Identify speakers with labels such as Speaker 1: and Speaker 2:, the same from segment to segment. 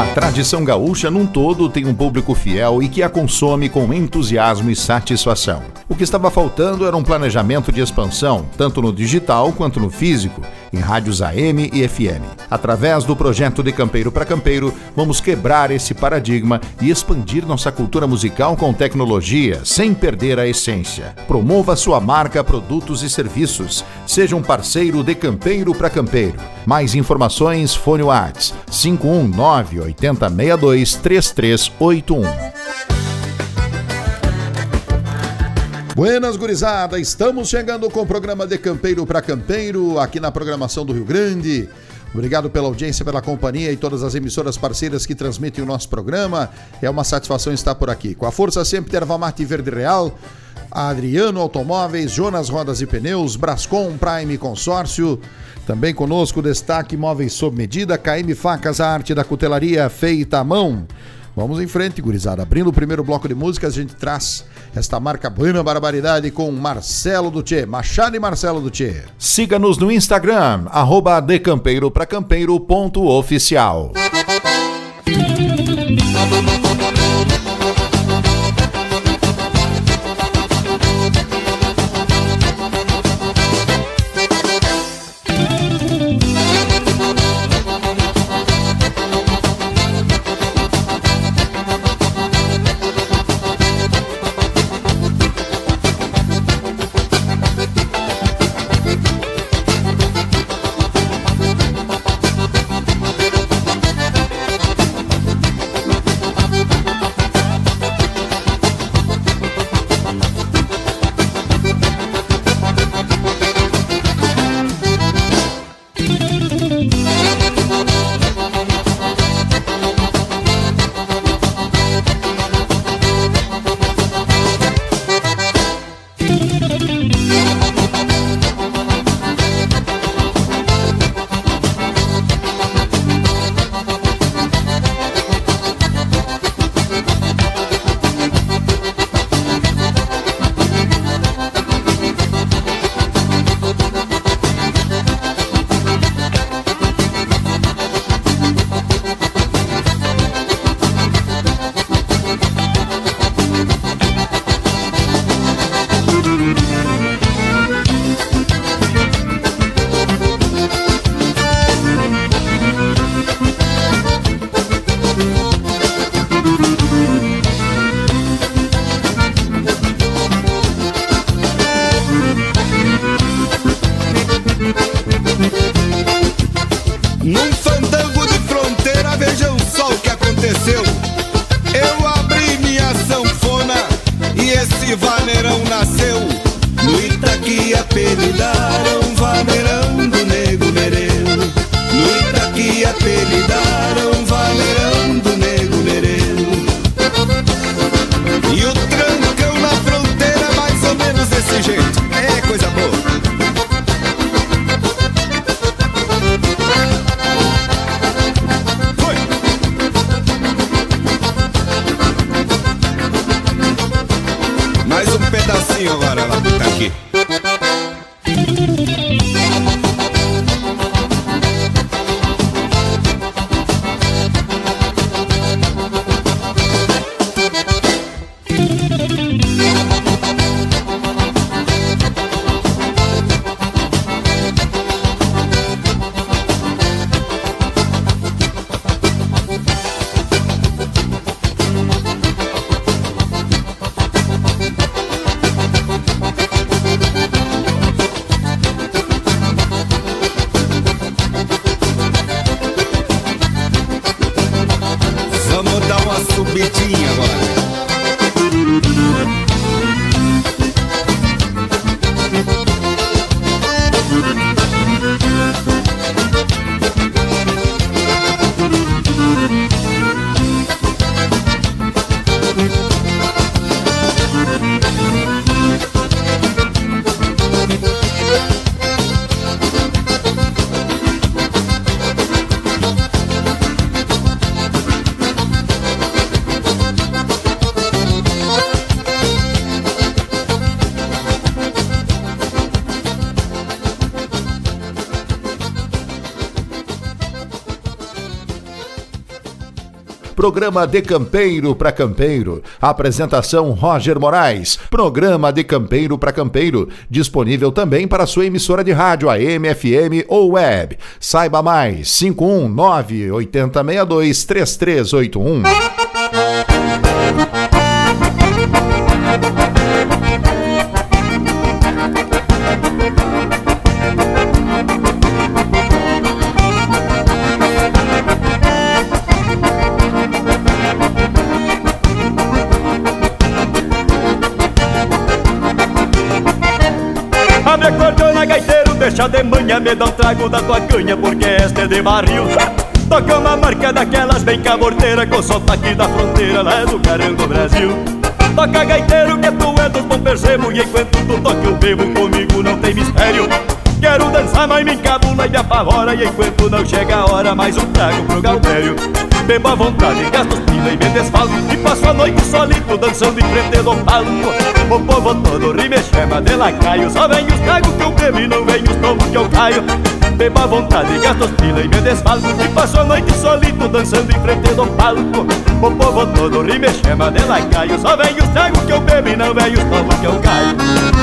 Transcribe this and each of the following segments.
Speaker 1: A tradição gaúcha num todo tem um público fiel e que a consome com entusiasmo e satisfação. O que estava faltando era um planejamento de expansão, tanto no digital quanto no físico, em rádios AM e FM. Através do projeto De Campeiro para Campeiro, vamos quebrar esse paradigma e expandir nossa cultura musical com tecnologia, sem perder a essência. Promova sua marca, produtos e serviços. Seja um parceiro De Campeiro para Campeiro. Mais informações, fone WhatsApp 519-8062-3381. Buenas, gurizada, estamos chegando com o programa De Campeiro para Campeiro, aqui na programação do Rio Grande. Obrigado pela audiência, pela companhia e todas as emissoras parceiras que transmitem o nosso programa. É uma satisfação estar por aqui. Com a força sempre de Erva Mate Verde Real, Adriano Automóveis, Jonas Rodas e Pneus, Brascom Prime Consórcio. Também conosco destaque Móveis sob medida, KM Facas, a arte da cutelaria feita à mão. Vamos em frente, gurizada. Abrindo o primeiro bloco de músicas, a gente traz esta marca Buena Barbaridade com Marcelo Dutchê, Machado e Marcelo Dutchê. Siga-nos no Instagram, @decampeiro-pra-campeiro.oficial.
Speaker 2: Num fandango de fronteira, vejam só o que aconteceu. Eu abri minha sanfona e esse vaneirão nasceu. No Itaqui apelidaram vaneirão do Nego Nereu. No Itaqui apelidaram vaneirão do Nego Nereu. E o trancão na fronteira é mais ou menos desse jeito. É coisa boa. Mais um pedacinho agora lá do Itaqui. Vamos dar uma subidinha agora.
Speaker 1: Programa de Campeiro para Campeiro. Apresentação Roger Moraes. Programa de Campeiro para Campeiro. Disponível também para sua emissora de rádio, AM, FM ou web. Saiba mais, 519-8062-3381.
Speaker 3: Abre a cordona, gaiteiro, deixa de manhã, me dá um trago da tua canha, porque esta é de barril. Toca uma marca daquelas bem caborteira, com sotaque da fronteira lá do Carango, Brasil. Toca, gaiteiro, que tu é dos bom percebo, e enquanto tu toca eu bebo, comigo não tem mistério. Quero dançar, mas me encabula e me apavora, e enquanto não chega a hora, mais um trago pro Galtério. Bebo à vontade, gasto pila e me desfalo, e passo a noite solito, dançando em frente do palco. O povo todo ri, me chama de lacaio, só vem os tragos que eu bebo e não vem os tombos que eu caio. Bebo à vontade, gasto pila e me desfalo, e passo a noite solito, dançando em frente do palco. O povo todo ri, me chama de lacaio, só vem os tragos que eu bebo e não vem os tombos que eu caio.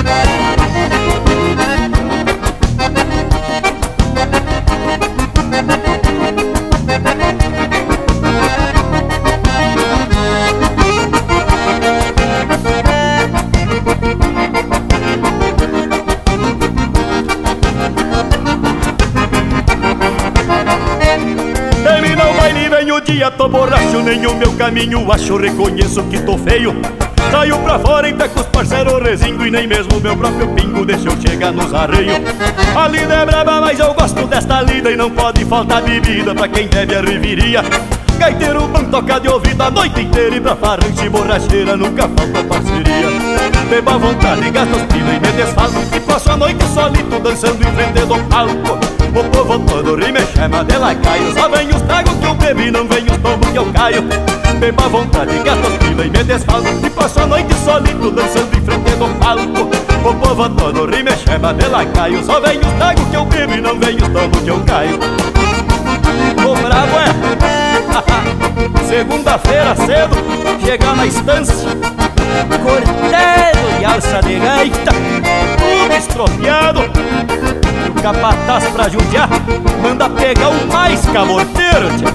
Speaker 3: Dia tô borracho, nem o meu caminho acho, reconheço que tô feio. Saio pra fora em pé com os parceiros resingo, e nem mesmo meu próprio pingo deixa eu chegar nos arreios. A lida é braba, mas eu gosto desta lida, e não pode faltar bebida pra quem deve a reviria. Gaiteiro bom toca de ouvido a noite inteira, e pra farranche e borracheira nunca falta parceria. Bebo à vontade, gasto as pila e me desfalo, e passo a noite solito, dançando em frente do palco. O povo todo ri, me chama de lacaio, só vem os tragos que eu bebo e não vem os tombos que eu caio. Bebo à vontade, gasto as pila e me desfalo, e passo a noite solito, dançando em frente do palco. O povo todo ri, me chama de lacaio, só vem os tragos que eu bebo e não vem os tombos que eu caio. Ô bravo é! Segunda-feira cedo, chegar na estância, cordeiro e alça de gaita, tudo estropiado. O capataz pra judiar manda pegar o mais caborteiro, tchê.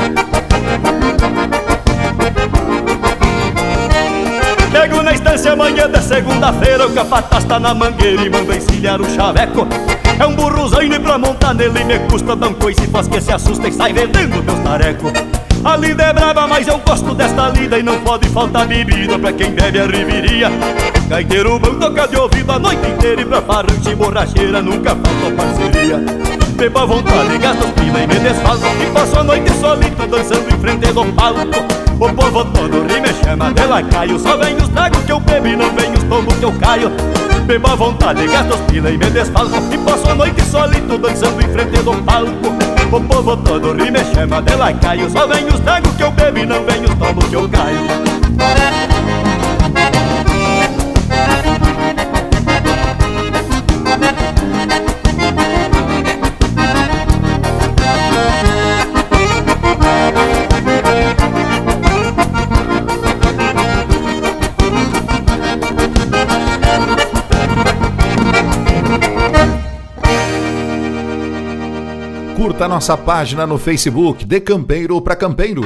Speaker 3: Chego na estância amanhã da segunda-feira, o capataz tá na mangueira e manda encilhar o chaveco. É um burro zaine pra montar nele, me custa dar um coice, faz que se assusta e sai vendendo meus tarecos. A lida é brava, mas eu gosto desta lida, e não pode faltar bebida pra quem bebe a reviria. Gaiteiro bom toca de ouvido a noite inteira, e pra farranche e borracheira nunca falta parceria. Bebo à vontade, gasto as pila e me desfalo, e passo a noite solito, dançando em frente do palco. O povo todo ri, me chama de lacaio, só vem os tragos que eu bebo e não vem os tombos que eu caio. Bebo à vontade, gasto as pila e me desfalo, e passo a noite solito, dançando em frente do palco. O povo todo ri, me chama de lacaio, só vem os tragos que eu bebo e não vem os tombos que eu caio.
Speaker 1: Curta nossa página no Facebook, De Campeiro para Campeiro.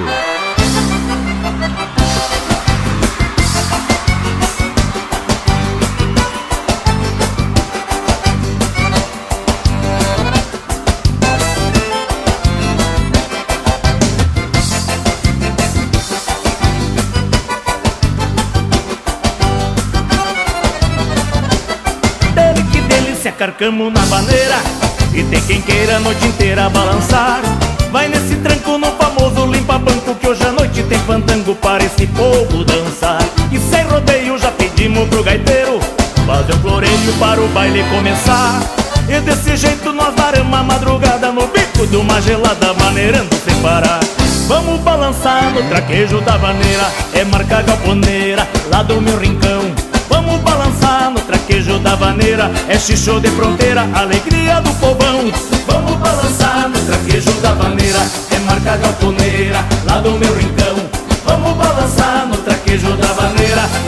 Speaker 4: Dele que delícia, carcamo na maneira, e tem quem queira a noite inteira balançar. Vai nesse tranco no famoso limpa-banco, que hoje à noite tem fandango para esse povo dançar. E sem rodeio já pedimos pro gaiteiro fazer um floreio para o baile começar. E desse jeito nós daremos a madrugada no bico de uma gelada, maneirando sem parar. Vamos balançar no traquejo da vaneira, é marca galponeira lá do meu rincão. Vamos balançar no traquejo da vaneira, é xixô de fronteira, alegria do povão. Vamos balançar no traquejo da vaneira, é marca galponeira lá do meu rincão.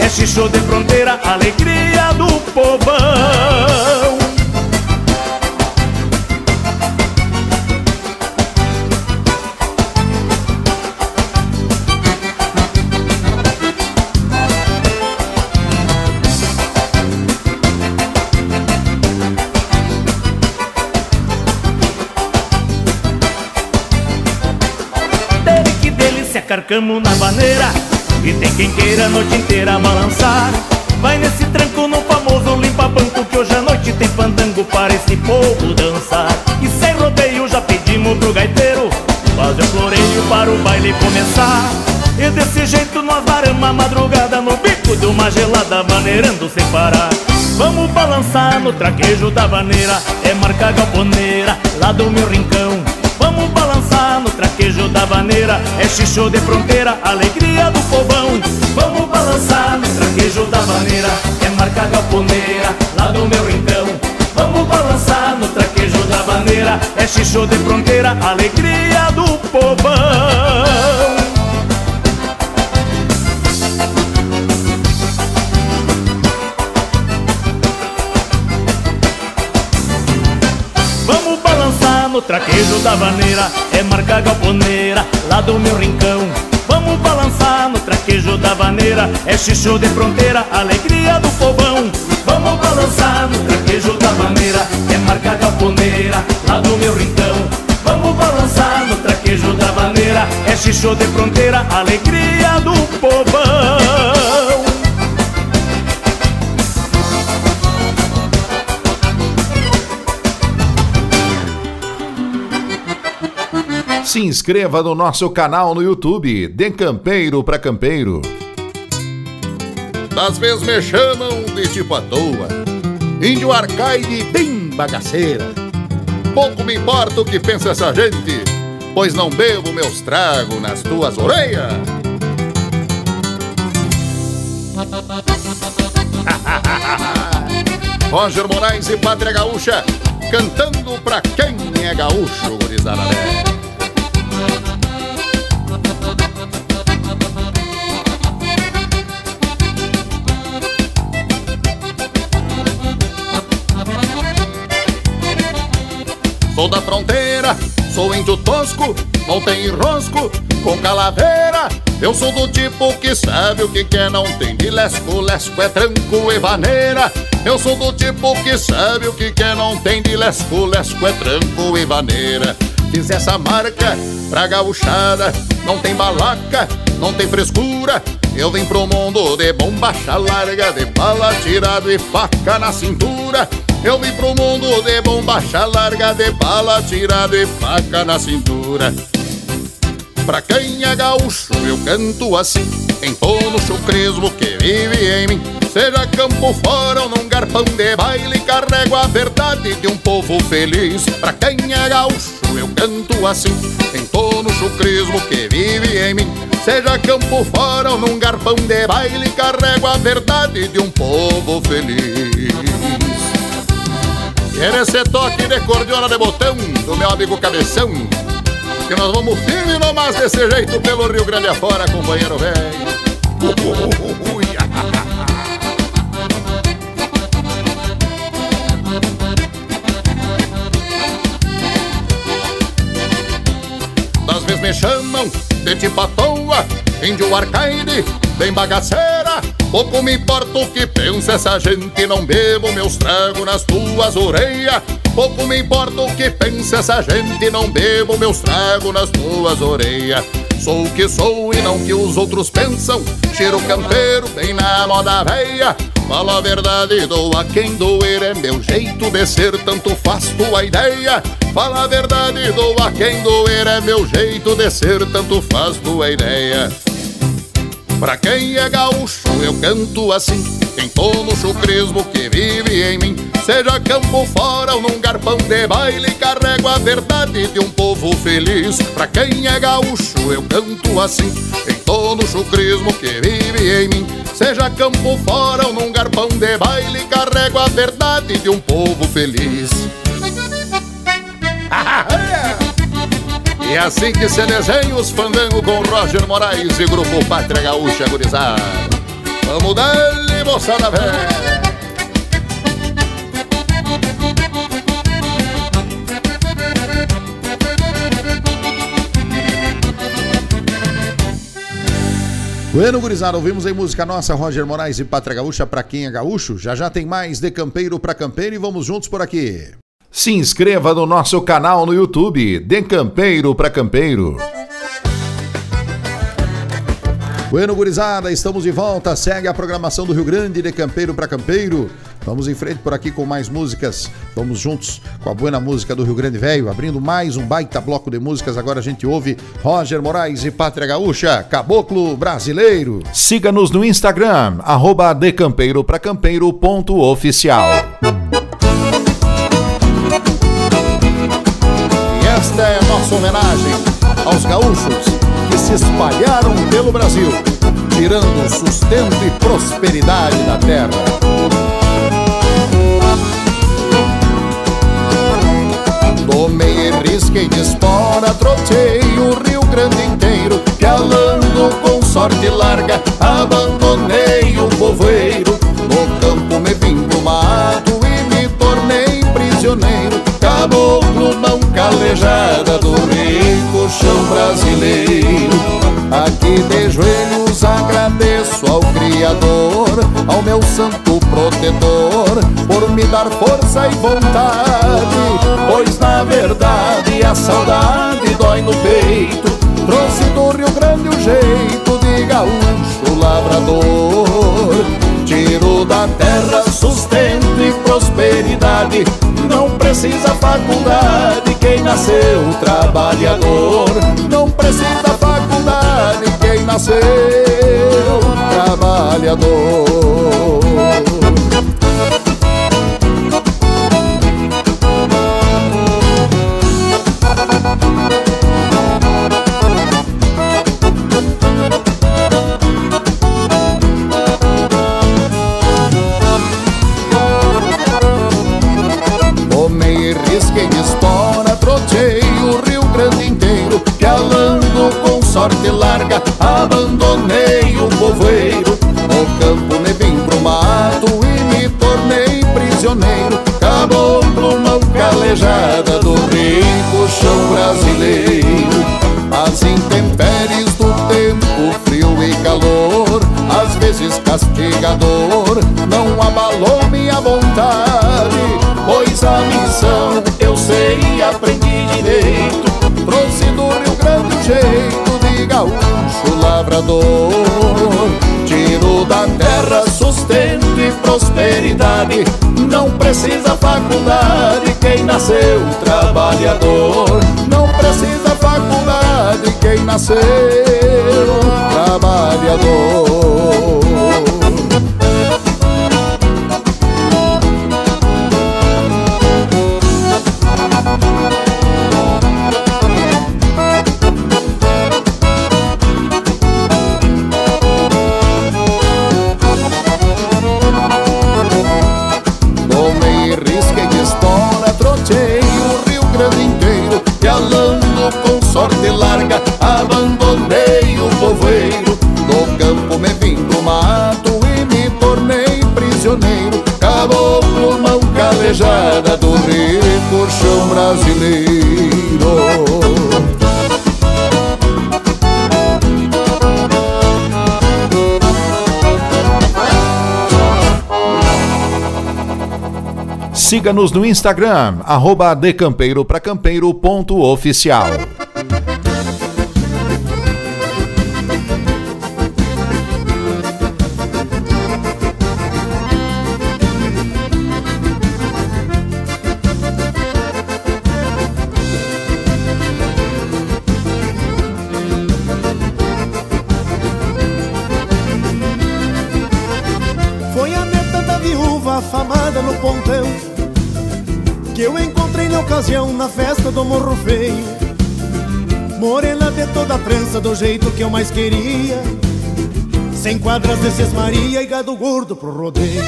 Speaker 4: é xixô de fronteira, alegria do povão. Carcamo na vaneira e tem quem queira a noite inteira balançar. Vai nesse tranco no famoso limpa-banco, que hoje à noite tem fandango para esse povo dançar. E sem rodeio já pedimos pro gaiteiro fazer o floreio para o baile começar. E desse jeito nós varamos a madrugada no bico de uma gelada, vaneirando sem parar. Vamos balançar no traquejo da vaneira, é marca galponeira lá do meu rincão. Vamos balançar no traquejo da vaneira, é xixô de fronteira, alegria do povão. Vamos balançar no traquejo da vaneira, é marca galponeira lá do meu rincão. Vamos balançar no traquejo da vaneira, é xixô de fronteira, alegria do povão. No traquejo da vaneira, é marca galponeira lá do meu rincão. Vamos balançar no traquejo da vaneira, é xixô de fronteira, alegria do povão. Vamos balançar no traquejo da vaneira, é marca galponeira lá do meu rincão. Vamos balançar no traquejo da vaneira, é xixô de fronteira, alegria do povão.
Speaker 1: Se inscreva no nosso canal no YouTube, De Campeiro pra Campeiro.
Speaker 5: Às vezes me chamam de tipo à toa, índio arcaide bem bagaceira. Pouco me importa o que pensa essa gente, pois não bebo meus tragos nas tuas orelhas. Roger Moraes e Pátria Gaúcha, cantando pra quem é gaúcho, gurizada. Sou da fronteira, sou índio tosco, não tem enrosco com calaveira. Eu sou do tipo que sabe o que quer, não tem de lesco, lesco é tranco e vaneira. Eu sou do tipo que sabe o que quer, não tem de lesco, lesco é tranco e vaneira. Fiz essa marca pra gauchada, não tem balaca, não tem frescura. Eu vim pro mundo de bombacha larga, de bala tirado e faca na cintura. Eu vim pro mundo de bombacha larga, de bala tirado e faca na cintura. Pra quem é gaúcho eu canto assim, entono o chucrismo que vive em mim. Seja campo fora ou num garpão de baile, carrego a verdade de um povo feliz. Pra quem é gaúcho eu canto assim, entono o chucrismo que vive em mim. Seja campo fora ou num garpão de baile, carrego a verdade de um povo feliz. Quer esse toque de cordiona de botão do meu amigo Cabeção, que nós vamos firme nomás desse jeito pelo Rio Grande afora, companheiro velho. Das vezes me chamam de tipo à toa, índio arcaide, bem bagaceira. Pouco me importa o que pensa essa gente, não bebo meus tragos nas tuas orelhas. Pouco me importa o que pensa essa gente, não bebo meus tragos nas tuas orelhas. Sou o que sou e não o que os outros pensam, cheiro campeiro bem na moda véia. Falo a verdade, dou a quem doer, é meu jeito de ser, tanto faz tua ideia. Fala a verdade, dou a quem doer, é meu jeito de ser, tanto faz tua ideia. Pra quem é gaúcho eu canto assim, entono o chucrismo que vive em mim. Seja campo fora ou num garpão de baile, carrego a verdade de um povo feliz. Pra quem é gaúcho eu canto assim, entono o chucrismo que vive em mim. Seja campo fora ou num garpão de baile, carrego a verdade de um povo feliz. E assim que se desenha os fandangos com Roger Moraes e Grupo Pátria Gaúcha, gurizada. Vamos dar-lhe moçada velha.
Speaker 1: Bueno, gurizada, ouvimos aí música nossa, Roger Moraes e Pátria Gaúcha, pra quem é gaúcho. Já já tem mais de Campeiro pra Campeiro e vamos juntos por aqui.
Speaker 6: Se inscreva no nosso canal no YouTube, De Campeiro pra Campeiro.
Speaker 1: Bueno, gurizada, estamos de volta, segue a programação do Rio Grande, De Campeiro pra Campeiro. Vamos em frente por aqui com mais músicas, vamos juntos com a buena música do Rio Grande Velho, abrindo mais um baita bloco de músicas. Agora a gente ouve Roger Moraes e Pátria Gaúcha, Caboclo Brasileiro.
Speaker 6: Siga-nos no Instagram, @decampeiro-pra-campeiro.oficial.
Speaker 5: E esta é a nossa homenagem aos gaúchos que se espalharam pelo Brasil, tirando sustento e prosperidade da terra. Tomei, risquei de espora, trotei o Rio Grande inteiro, pialando com sorte larga, abandonei o povoeiro. No campo me vim pro mato e me tornei prisioneiro, caboclo mão calejada do rico chão brasileiro. Aqui de joelhos agradeço ao Criador, ao meu santo protetor, por me dar força e vontade, pois na verdade a saudade dói no peito. Trouxe do Rio Grande o jeito de gaúcho lavrador, tiro da terra sustento e prosperidade. Não precisa faculdade quem nasceu trabalhador, não precisa faculdade quem nasceu trabalhador. Risquei de espora, trotei o Rio Grande inteiro, pialando com sorte larga, abandonei o povoeiro. No campo me vim pro mato e me tornei prisioneiro, caboclo mão calejada do rico chão brasileiro. As intempéries do tempo, frio e calor, às vezes castigador, não abalou minha vontade, pois a missão eu sei e aprendi direito. Trouxe do Rio Grande o jeito de gaúcho lavrador, tiro da terra sustento e prosperidade. Não precisa faculdade quem nasceu trabalhador, não precisa faculdade quem nasceu trabalhador. Com sorte larga, abandonei o povoeiro. No campo me vim pro mato e me tornei prisioneiro, caboclo mão calejada do rico chão brasileiro.
Speaker 6: Siga-nos no Instagram, @decampeiro-pra-campeiro.oficial.
Speaker 7: Foi a neta da viúva afamada no pontão que eu encontrei na ocasião na festa do Morro Feio. Morena de toda trança, do jeito que eu mais queria, sem quadras de Sesmaria e gado gordo pro rodeio.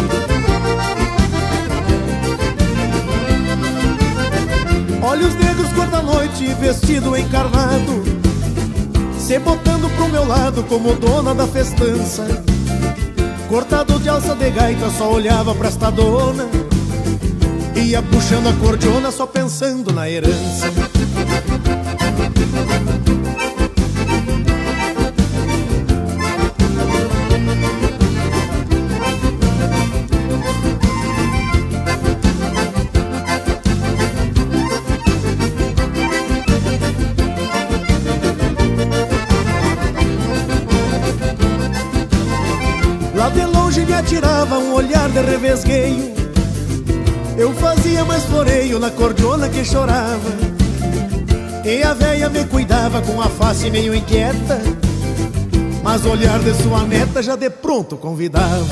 Speaker 7: Olhos negros cor da noite, vestido encarnado, se botando pro meu lado como dona da festança. Cortado de alça de gaita, só olhava pra esta dona, ia puxando a cordiona só pensando na herança. Lá de longe me atirava um olhar de revesgueio, eu fazia mais floreio na cordiona que chorava, e a véia me cuidava com a face meio inquieta, mas o olhar de sua neta já de pronto convidava.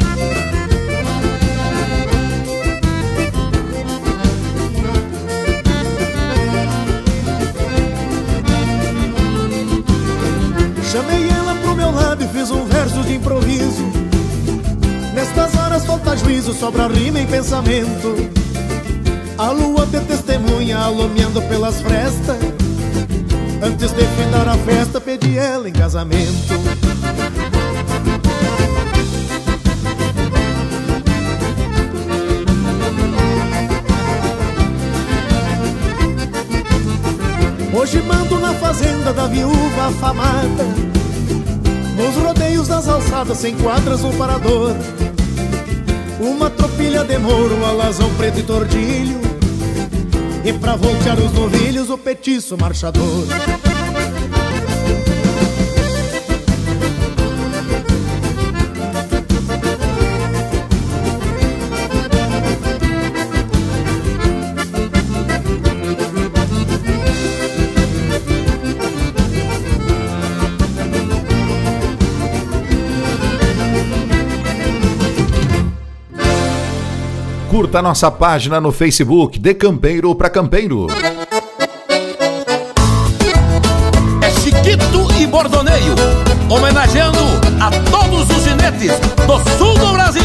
Speaker 7: Chamei ela pro meu lado e fiz um verso de improviso. Nestas horas falta juízo, sobra rima em pensamento. A lua de testemunha alumiando pelas frestas. Antes de findar a festa, pedi ela em casamento. Hoje mando na fazenda da viúva afamada, nos rodeios das alçadas, sem quadras no parador. Uma tropilha de mouro, alazão preto e tordilho, e pra voltear os novilhos, o petiço marchador.
Speaker 6: Curta a nossa página no Facebook, De Campeiro pra Campeiro.
Speaker 8: É Chiquito e Bordoneio, homenageando a todos os ginetes do sul do Brasil.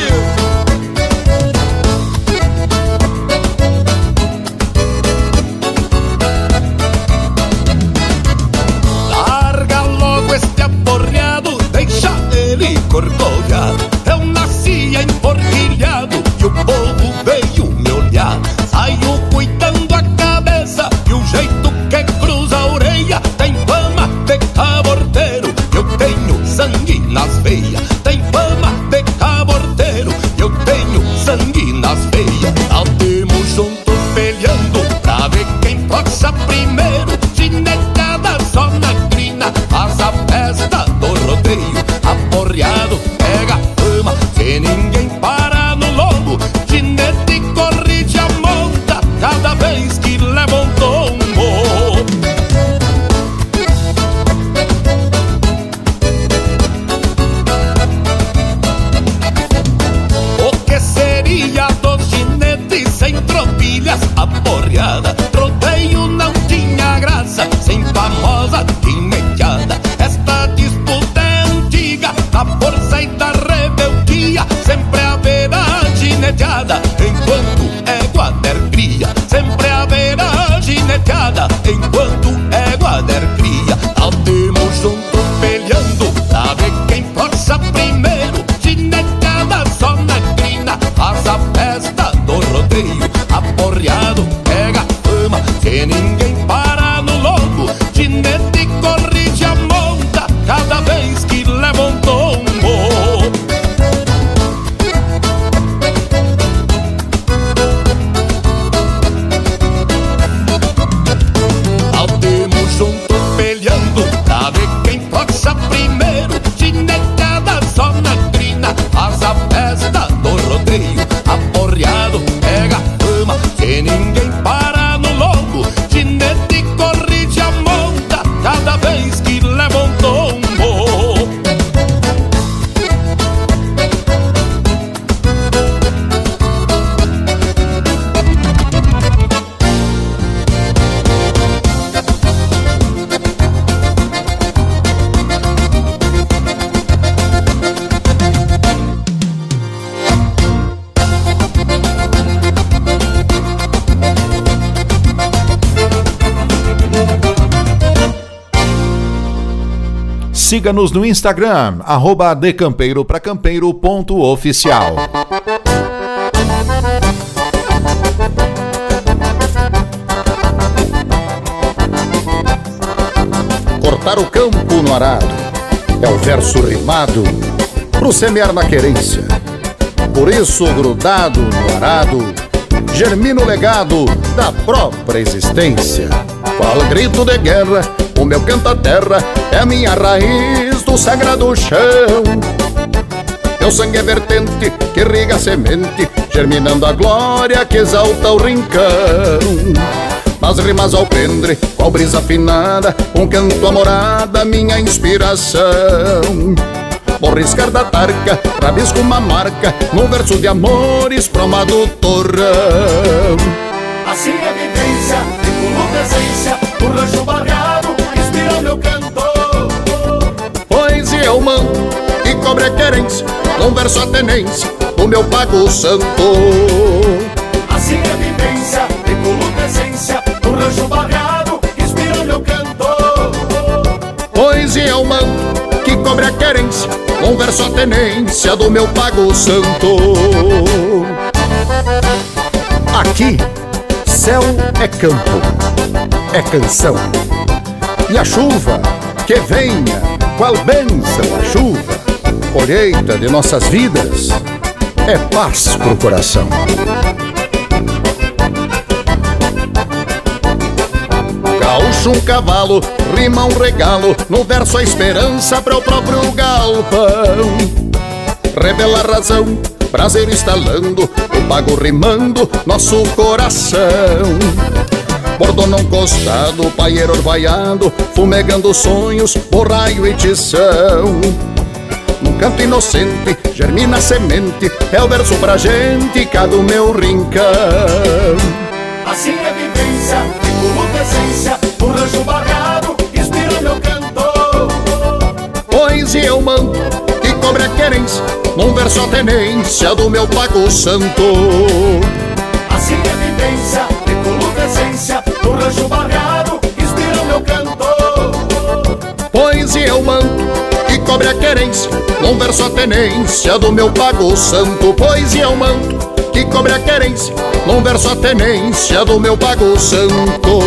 Speaker 8: Larga logo este aporreado, deixa ele corcoviar. Eu nasci emporquilhado e o povo veio me olhar. Saio cuidando a cabeça e o jeito que cruza a orelha. Tem fama de caborteiro, eu tenho sangue nas veias. Tem fama de caborteiro, eu tenho sangue nas veias. Altemos junto peleando pra ver quem toca primeiro. Ginetada só na crina, faz a festa do rodeio. Aporreado pega fama, se ninguém para no lombo. Ginete corrige a monta cada vez que leva um tombo. O que seria dos ginetes sem tropilhas aporreada? Rodeio não tinha graça sem famosa gineteada. Esta disputa é antiga, da força e da rebeldia. Sempre haverá gineteada enquanto égua der cria. Sempre haverá gineteada enquanto égua der cria. Altemos junto peleando pra ver quem passa primeiro. Gineteada só na crina, faz a festa do rodeio. Aporreado pega fama, se ninguém para no lombo. Ginete corrige a monta cada vez que leva um tombo. Altemos junto peleando pra ver quem passa primeiro. Gineteada só na crina, faz a festa do rodeio. Aporreado pega fama, se ninguém para no lombo. Gineteada
Speaker 6: Siga-nos no Instagram, @decampeiro-pra-campeiro.oficial.
Speaker 5: Cortar o campo no arado é o verso rimado pro semear na querência. Por isso, grudado no arado, germina o legado da própria existência. Qual grito de guerra, o meu canta-terra é a minha raiz do sagrado chão. Meu sangue é vertente que irriga a semente, germinando a glória que exalta o rincão. Nas rimas alpendre, qual brisa afinada, um canto à morada, minha inspiração. Vou riscar da tarca, rabisco uma marca, num verso de amores proma do torrão.
Speaker 4: Assim é a vivência, tripulo presença, o rancho barreado, inspira meu cantor.
Speaker 5: Poesia humana e cobre a querência, num verso a tenência do meu pago santo.
Speaker 4: Assim é a vivência, tripulo presença, o rancho barreado, inspira meu cantor.
Speaker 5: Poesia humana que cobre a querência, um verso a tenência do meu pago santo. Aqui, céu é campo, é canção. E a chuva, que venha, qual bênção a chuva, colheita de nossas vidas, é paz pro coração. Gaúcho um cavalo, rima um regalo, no verso a esperança para o próprio galpão. Revela a razão, prazer instalando, o pago rimando nosso coração. Bordona um costado, paieiro orvaiado, fumegando sonhos, borraio e tição. Num canto inocente, germina a semente, é o verso pra gente, cá do meu rincão.
Speaker 4: Assim é a vivência, tripulo presença, o rancho barreado, inspira meu cantor.
Speaker 5: Poesia humana que cobre a querência, num verso a tenência do meu pago santo.
Speaker 4: Assim é a vivência, tripulo presença, o rancho barreado, inspira meu cantor.
Speaker 5: Poesia humana que cobre a querência, num verso a tenência do meu pago santo. Poesia humana que cobre a querência, num verso a tenência do meu pago santo.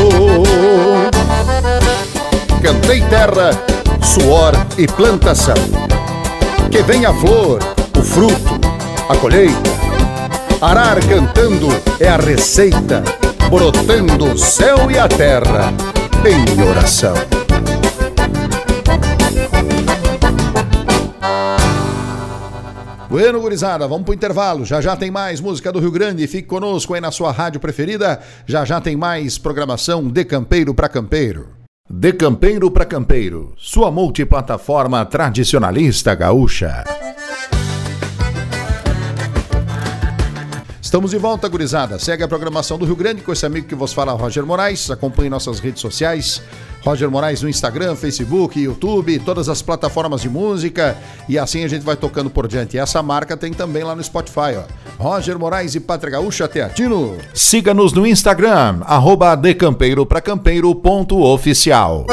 Speaker 5: Cantei terra, suor e plantação, que vem a flor, o fruto, a colheita. Arar cantando é a receita, brotando o céu e a terra em oração.
Speaker 1: Bueno, gurizada, vamos pro intervalo. Já já tem mais música do Rio Grande. Fique conosco aí na sua rádio preferida. Já já tem mais programação de Campeiro pra Campeiro.
Speaker 6: De Campeiro pra Campeiro, sua multiplataforma tradicionalista gaúcha.
Speaker 1: Estamos de volta, gurizada. Segue a programação do Rio Grande com esse amigo que vos fala, Roger Moraes. Acompanhe nossas redes sociais. Roger Moraes no Instagram, Facebook, YouTube, todas as plataformas de música. E assim a gente vai tocando por diante. E essa marca tem também lá no Spotify, ó. Roger Moraes e Pátria Gaúcha Teatino.
Speaker 6: Siga-nos no Instagram, @decampeiro-pra-campeiro.oficial.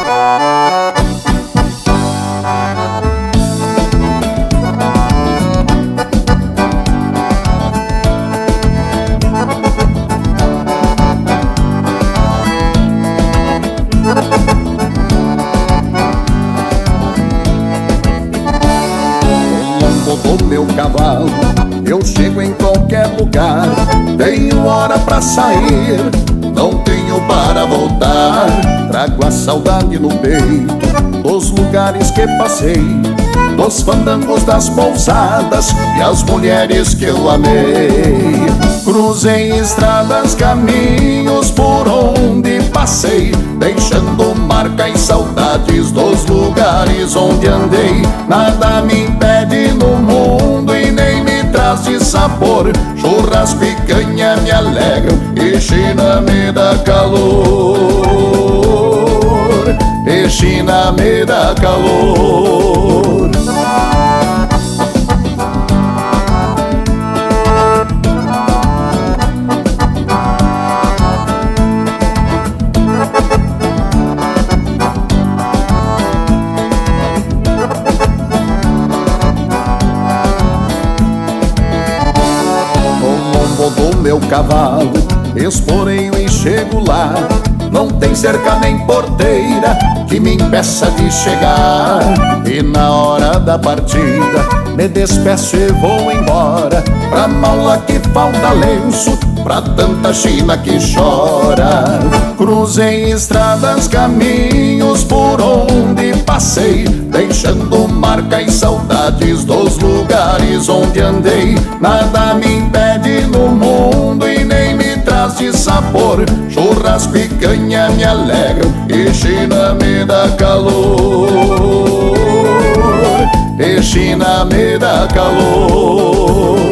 Speaker 5: Do meu cavalo, eu chego em qualquer lugar. Tenho hora pra sair, não tenho para voltar. Trago a saudade no peito dos lugares que passei, dos fandangos das pousadas e as mulheres que eu amei. Cruzei estradas, caminhos por onde passei, deixando marca e saudades dos lugares onde andei. Nada me impede no mundo e nem me traz de sabor. Churras, picanha me alegram e China me dá calor. E China me dá calor.
Speaker 6: cavalo, esporeio e chego lá. Não tem cerca nem porteira que me impeça de chegar. E na hora da partida me despeço e vou embora, pra mala que falta lenço, pra tanta China que chora. Cruzei estradas, caminhos por onde passei, deixando marca e saudades dos lugares onde andei. Nada me impede no mundo e nem me traz de sabor. Churrasco e canha me alegram e China me dá calor. E China me dá calor.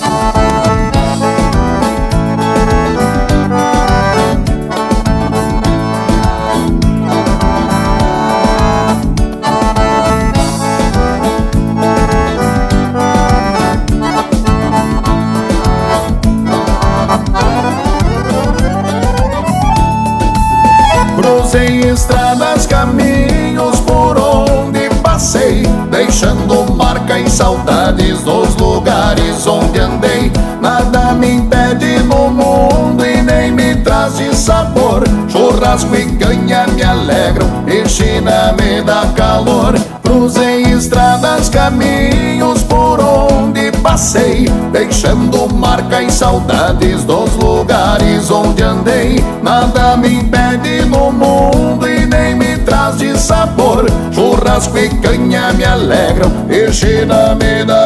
Speaker 6: Cruzei estradas, caminhos por onde passei, deixando marca e saudades dos lugares onde andei. Nada me impede no mundo e nem me traz de sabor. Churrasco e canha me alegram e China me dá calor. Cruzei estradas, caminhos por onde passei, deixando marca e saudades dos lugares onde andei. Nada me impede no mundo e nem me traz de sabor. Churrasco e canha me alegram e China me dá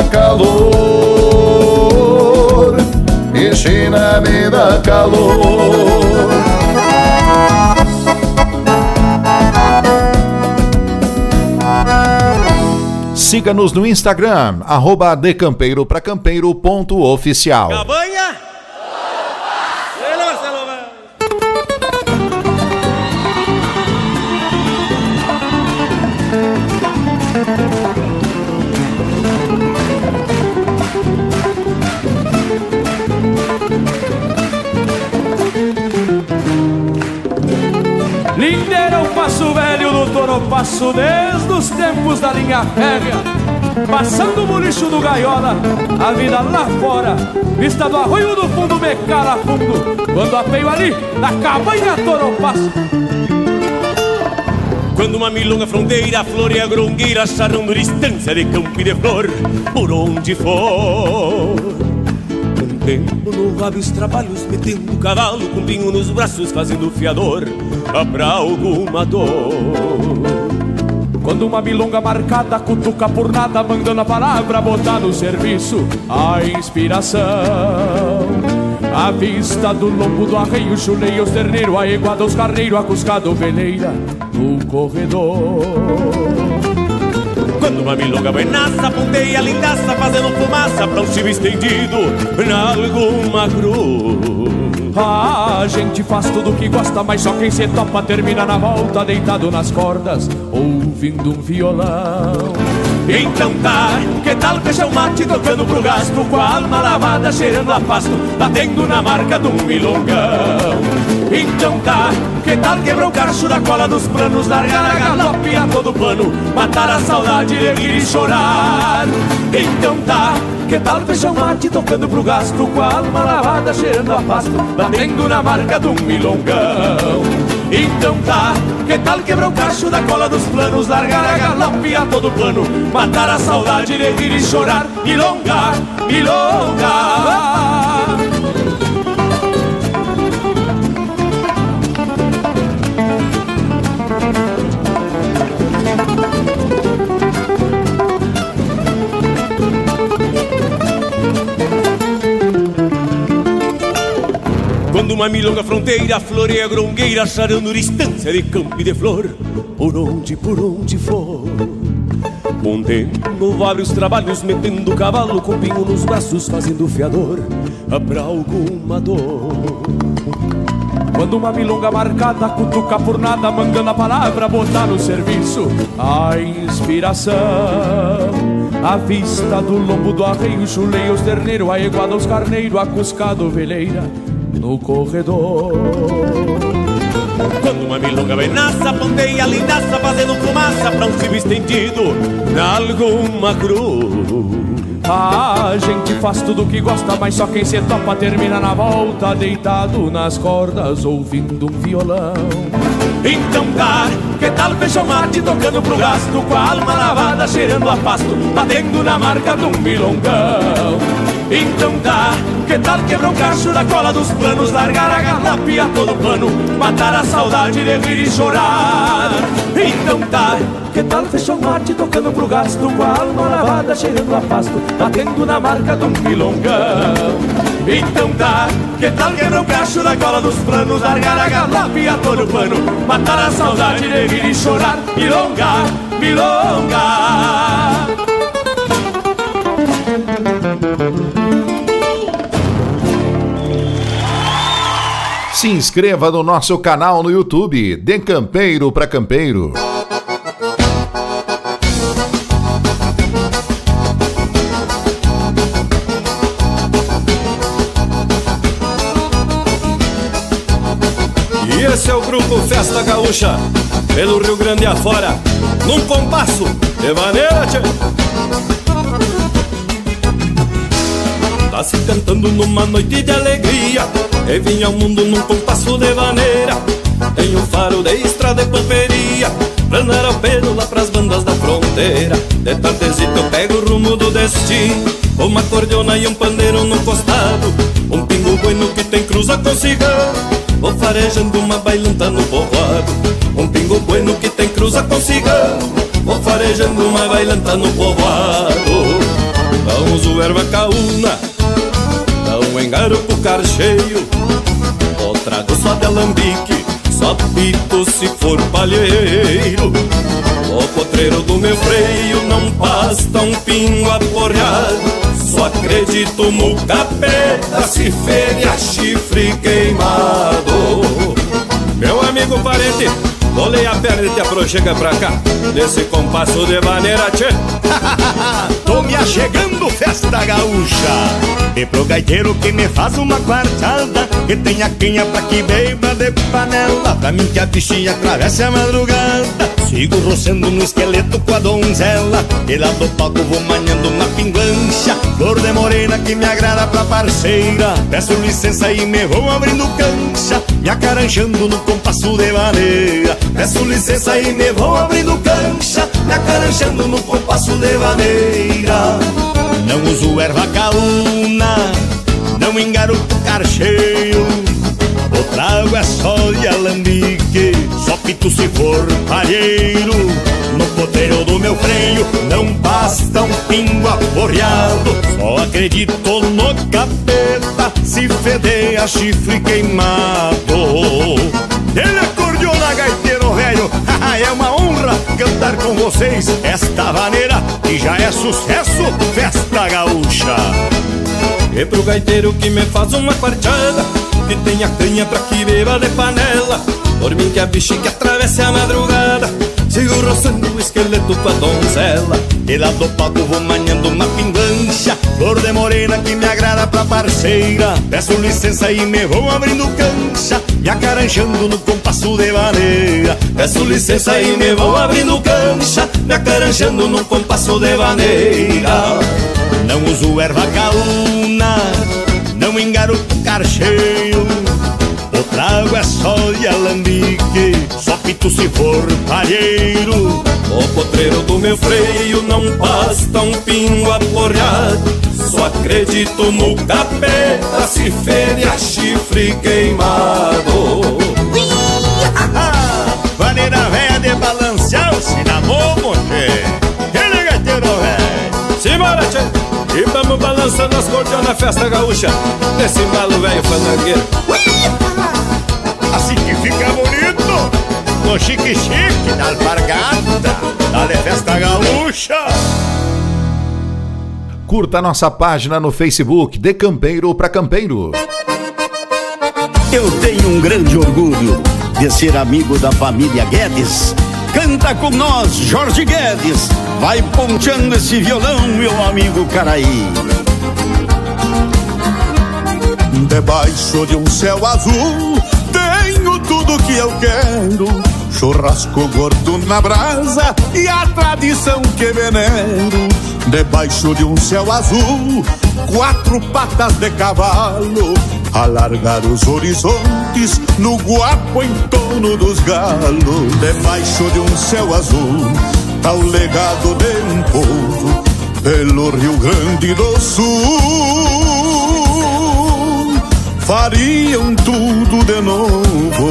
Speaker 6: calor. E China me dá calor.
Speaker 1: Siga-nos no Instagram, @decampeiro-pra-campeiro.oficial.
Speaker 9: Cabanha!
Speaker 10: Lindeira o Passo Velho do Toro Passo desde os tempos da linha férrea, passando o bolicho do Gaiola, a vida lá fora, vista do arroio do fundo, me cala fundo, quando apeio ali na cabanha Toro Passo.
Speaker 9: Quando uma milonga fronteira floreia a grongueira, charando distância de campo e de flor, por onde for. Um tempo no rabo os trabalhos, metendo o cavalo, com pinho nos braços, fazendo fiador pra alguma dor.
Speaker 10: Quando uma milonga marcada cutuca por nada, mandando a palavra botar no serviço a inspiração. A vista do lombo do arreio, chuleia os terneiros, a égua dos carneiros, a cuscada veleira no corredor.
Speaker 9: Quando uma milonga buenaça ponteia a lindaça, fazendo fumaça pra um chivo estendido na alguma cruz.
Speaker 10: A gente faz tudo o que gosta, mas só quem se topa termina na volta, deitado nas cordas, ouvindo um violão.
Speaker 9: Então tá, que tal fechar o mate tocando pro gasto, com a alma lavada cheirando a pasto, batendo na marca de um milongão. Então tá, que tal quebrar o cacho da cola dos planos, largar a galope a todo pano, matar a saudade de rir e chorar. Então tá, que tal fechar o mate tocando pro gasto, com a alma lavada cheirando a pasto, batendo na marca de um milongão. Então tá, que tal quebrar o cacho da cola dos planos, largar a galope a todo pano, matar a saudade de rir e chorar. Milonga, milonga. Quando uma milonga fronteira floreia a grongueira, charando distância de campo e de flor, por onde for. Com tempo novo abre os trabalhos, metendo o cavalo com pinho nos braços, fazendo fiador pra alguma dor.
Speaker 10: Quando uma milonga marcada cutuca por nada, mandando a palavra botar no serviço a inspiração. A vista do lombo do arreio, chuleia os terneiros, a égua dos carneiros, a cuscada veleira no corredor.
Speaker 9: Quando uma milonga benaça ponteia a lindaça, fazendo fumaça pra um cibo estendido na alguma cruz.
Speaker 10: A gente faz tudo o que gosta, mas só quem se topa termina na volta, deitado nas cordas, ouvindo um violão.
Speaker 9: Então tá, que tal fechar o mate tocando pro gasto, com a alma lavada, cheirando a pasto, batendo na marca de um milongão. Então tá, que tal quebrar o cacho da cola dos planos, largar a garrapia a todo pano, matar a saudade de rir e chorar. Então tá, que tal fechar o mate tocando pro gasto, com a alma lavada, cheirando a pasto, batendo na marca de um milongão. Então tá, que tal quebrar o cacho da cola dos planos, largar a garrapia a todo pano, matar a saudade de rir e chorar. Milonga, milonga.
Speaker 1: Se inscreva no nosso canal no YouTube, De Campeiro pra Campeiro.
Speaker 2: E esse é o grupo Festa Gaúcha, pelo Rio Grande afora, num compasso de maneira, tchê. Tá se cantando numa noite de alegria, e vinha ao mundo num compasso de maneira. Tem um faro de estrada e pamperia, pra andar ao pelo lá pras bandas da fronteira. De tardezito eu pego o rumo do destino, uma cordiona e um pandeiro no costado, um pingo bueno que tem cruza com cigarro, vou farejando uma bailanta no povoado. Um pingo bueno que tem cruza com cigarro, vou farejando uma bailanta no povoado. Vamos o erva caúna, dá um engarupo carcheio, ou trago só de alambique, só pito se for palheiro. O potreiro do meu freio não basta um pingo aporreado, só acredito no capeta se fere a chifre queimado. Meu amigo parente, bolei a perna e te aproxega pra cá, nesse compasso de maneira, tchê.
Speaker 9: Tô me achegando, Festa Gaúcha, e pro gaiteiro que me faz uma quartada, que tem a canha pra que beba de panela, pra mim que a bichinha atravesse a madrugada. Sigo roçando no esqueleto com a donzela, e lá do palco vou manhando uma pinguancha, flor de morena que me agrada pra parceira. Peço licença e me vou abrindo cancha, me acaranjando no compasso de maneira. Peço licença e me vou abrindo cancha, me acaranjando no compasso de maneira. Não uso erva caúna, não engarupo carcheio, o trago é só de alambique, só pito se for palheiro. No potreiro do meu freio não basta um pingo aporreado, só acredito no capeta se feder a chifre queimado. Ele acordeou na gaiteiro velho, é uma honra cantar com vocês esta maneira que já é sucesso, Festa Gaúcha.
Speaker 2: E pro gaiteiro que me faz uma quarteada, que tem a canha pra que beba de panela, por mim que a bichinha que atravesse a madrugada, sigo roçando o esqueleto com a donzela.
Speaker 9: E lá do palco vou manhando uma pingancha, flor de morena que me agrada pra parceira. Peço licença e me vou abrindo cancha, me acaranjando no compasso de maneira.
Speaker 2: Peço licença e me vou abrindo cancha, me acaranjando no compasso de maneira.
Speaker 9: Não uso erva caúna, não engarupo carcheio, o trago é só de alambique, só pito se for palheiro.
Speaker 2: O potreiro do meu freio não basta um pingo aporreado, só acredito no capeta se fere a chifre queimado.
Speaker 9: Maneira velha de balancear o cinamomo, tchê. Ele gaiteiro velho.
Speaker 2: Simbora, tchê. E vamos balançando as cordas na Festa Gaúcha, nesse embalo velho fandangueiro.
Speaker 9: Assim que fica bonito, no chique-chique da alpargata, da Festa Gaúcha.
Speaker 1: Curta nossa página no Facebook, De Campeiro pra Campeiro.
Speaker 11: Eu tenho um grande orgulho de ser amigo da família Guedes. Canta com nós, Jorge Guedes. Vai ponteando esse violão, meu amigo Caraí.
Speaker 12: Debaixo de um céu azul tenho tudo
Speaker 8: tudo que eu quero. Churrasco gordo na brasa e a tradição que venero. Debaixo de um céu azul, 4 patas de cavalo, alargar os horizontes no guapo em torno dos galos. Debaixo de um céu azul, tá o legado de um povo pelo Rio Grande do Sul. Fariam tudo de novo.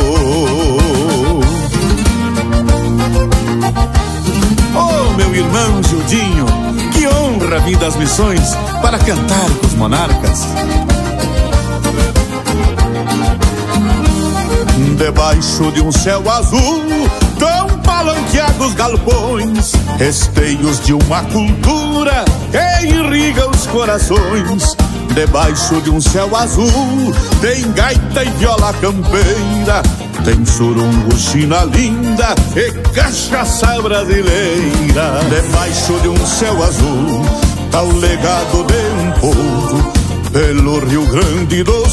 Speaker 8: Oh, meu irmão Gildinho, que honra vir das missões para cantar com os monarcas. Debaixo de um céu azul, tão palanqueados galpões, resteios de uma cultura que irriga os corações. Debaixo de um céu azul, tem gaita e viola campeira, tem surungo, china linda e cachaça brasileira. Debaixo de um céu azul, tá o legado de um povo pelo Rio Grande do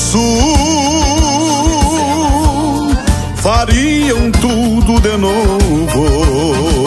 Speaker 8: Sul. Fariam tudo de novo.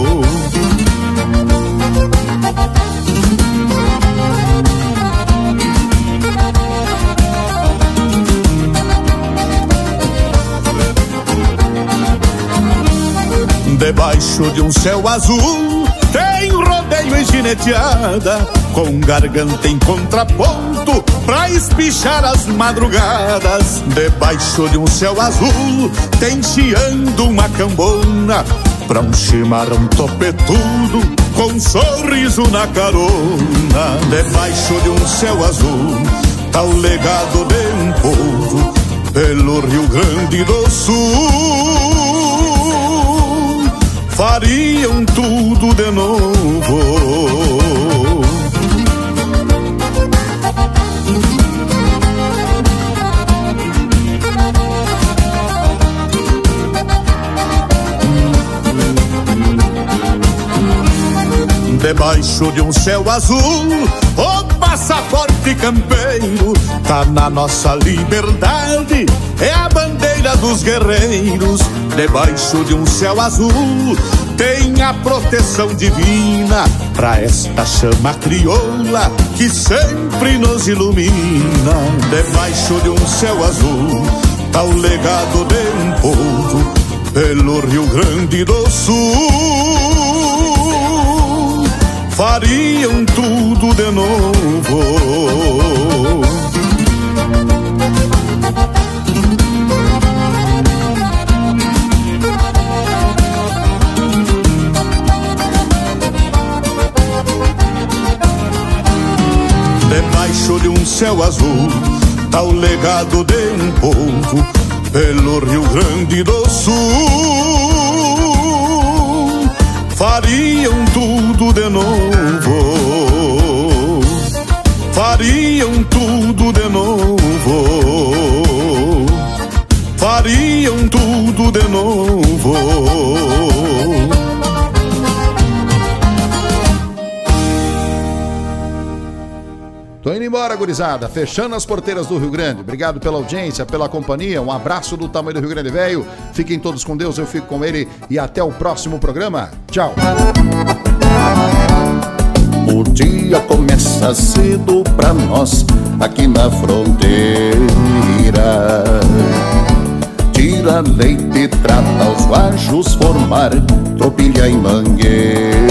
Speaker 8: Debaixo de um céu azul, tem rodeio e gineteada, com garganta em contraponto pra espichar as madrugadas. Debaixo de um céu azul, tem chiando uma cambona, pra um chimarrão topetudo, com um sorriso na carona. Debaixo de um céu azul, tá o legado de um povo pelo Rio Grande do Sul. Fariam tudo de novo. Debaixo de um céu azul, o passaporte campeiro tá na nossa liberdade, é a bandeira dos guerreiros. Debaixo de um céu azul, tem a proteção divina pra esta chama crioula que sempre nos ilumina. Debaixo de um céu azul, tá o legado de um povo pelo Rio Grande do Sul. Fariam tudo de novo. Debaixo de um céu azul, tá o legado de um povo pelo Rio Grande do Sul. Fariam tudo de novo. Fariam tudo de novo. Fariam tudo de novo.
Speaker 1: Tô indo embora, gurizada. Fechando as porteiras do Rio Grande. Obrigado pela audiência, pela companhia. Um abraço do tamanho do Rio Grande Velho. Fiquem todos com Deus, eu fico com ele. E até o próximo programa. Tchau.
Speaker 6: O dia começa cedo pra nós aqui na fronteira. Tira leite, trata os guajos formar tropilha e mangueira.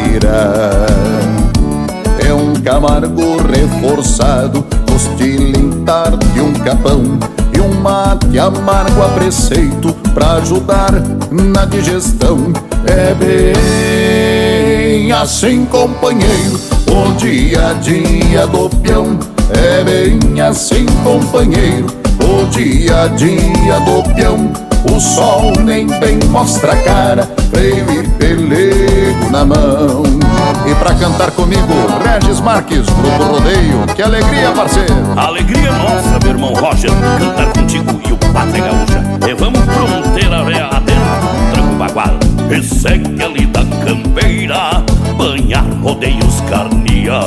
Speaker 6: É um camargo reforçado, hostilintar de um capão e um mate amargo a preceito pra ajudar na digestão. É bem assim, companheiro, o dia a dia do peão. É bem assim, companheiro, o dia a dia do peão. O sol nem bem mostra a cara, freio e pelego na mão. E pra cantar comigo, Regis Marques, Grupo Rodeio. Que alegria, parceiro!
Speaker 4: Alegria nossa, meu irmão Roger, cantar contigo e o Pátria Gaúcha. E vamos fronteira véia adentro, tranco bagual. E segue ali da campeira, banhar rodeios carnia.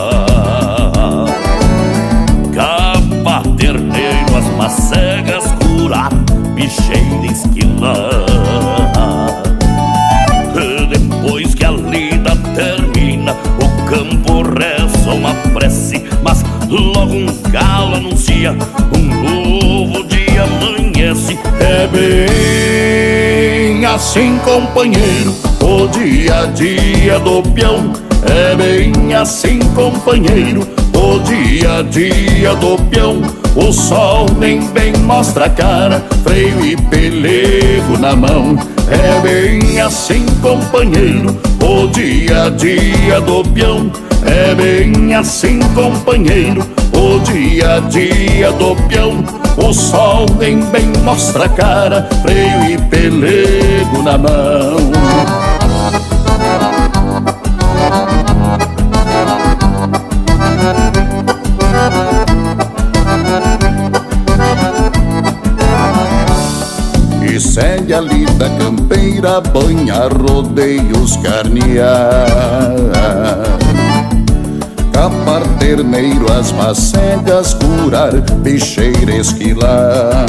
Speaker 4: Capa terneiro, as macegas curar,
Speaker 11: bicheira esquilar. Depois que a lida termina, o campo reza uma prece, mas logo um galo anuncia um novo dia amanhece. É bem assim, companheiro, o dia a dia do peão. É bem assim, companheiro, o dia a dia do peão. O sol nem bem mostra a cara, freio e pelego na mão. É bem assim, companheiro, o dia a dia do peão. É bem assim, companheiro, o dia a dia do peão. O sol nem bem mostra a cara, freio e pelego na mão.
Speaker 6: E segue a lida campeira, banha, rodeios, carnear, capar terneiro, as macegas, curar, bicheira, esquilar.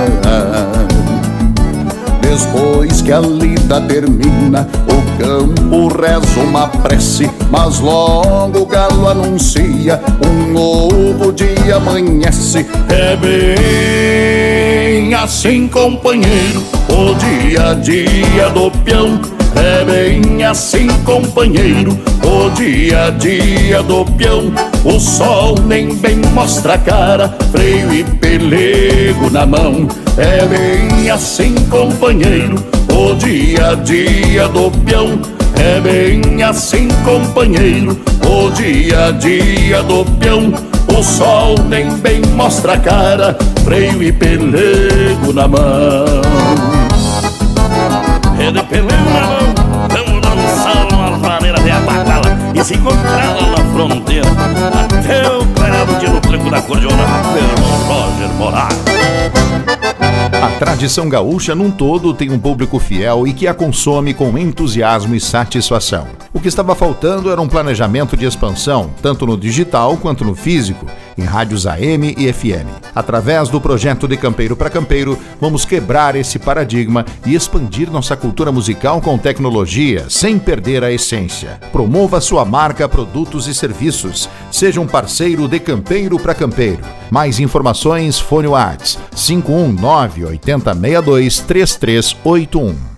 Speaker 6: Depois que a lida termina, o campo reza uma prece, mas logo o galo anuncia um novo dia amanhece.
Speaker 11: É bem assim, companheiro, o dia a dia do peão. É bem assim, companheiro, o dia a dia do peão. O sol nem bem mostra a cara, freio e pelego na mão. É bem assim, companheiro, o dia a dia do peão. É bem assim, companheiro, o dia a dia do peão. O sol nem bem mostra a cara, freio e pelego na mão. É de pelego na mão, vamos dançar umas maneiras de atacá-la e se encontrá-la na fronteira. Até o clareado dia no tranco da cordiona, meu irmão Roger Moraes.
Speaker 1: A tradição gaúcha num todo tem um público fiel e que a consome com entusiasmo e satisfação. O que estava faltando era um planejamento de expansão, tanto no digital quanto no físico, em rádios AM e FM. Através do projeto De Campeiro para Campeiro, vamos quebrar esse paradigma e expandir nossa cultura musical com tecnologia, sem perder a essência. Promova sua marca, produtos e serviços. Seja um parceiro De Campeiro para Campeiro. Mais informações, fone WhatsApp 519-8062-3381.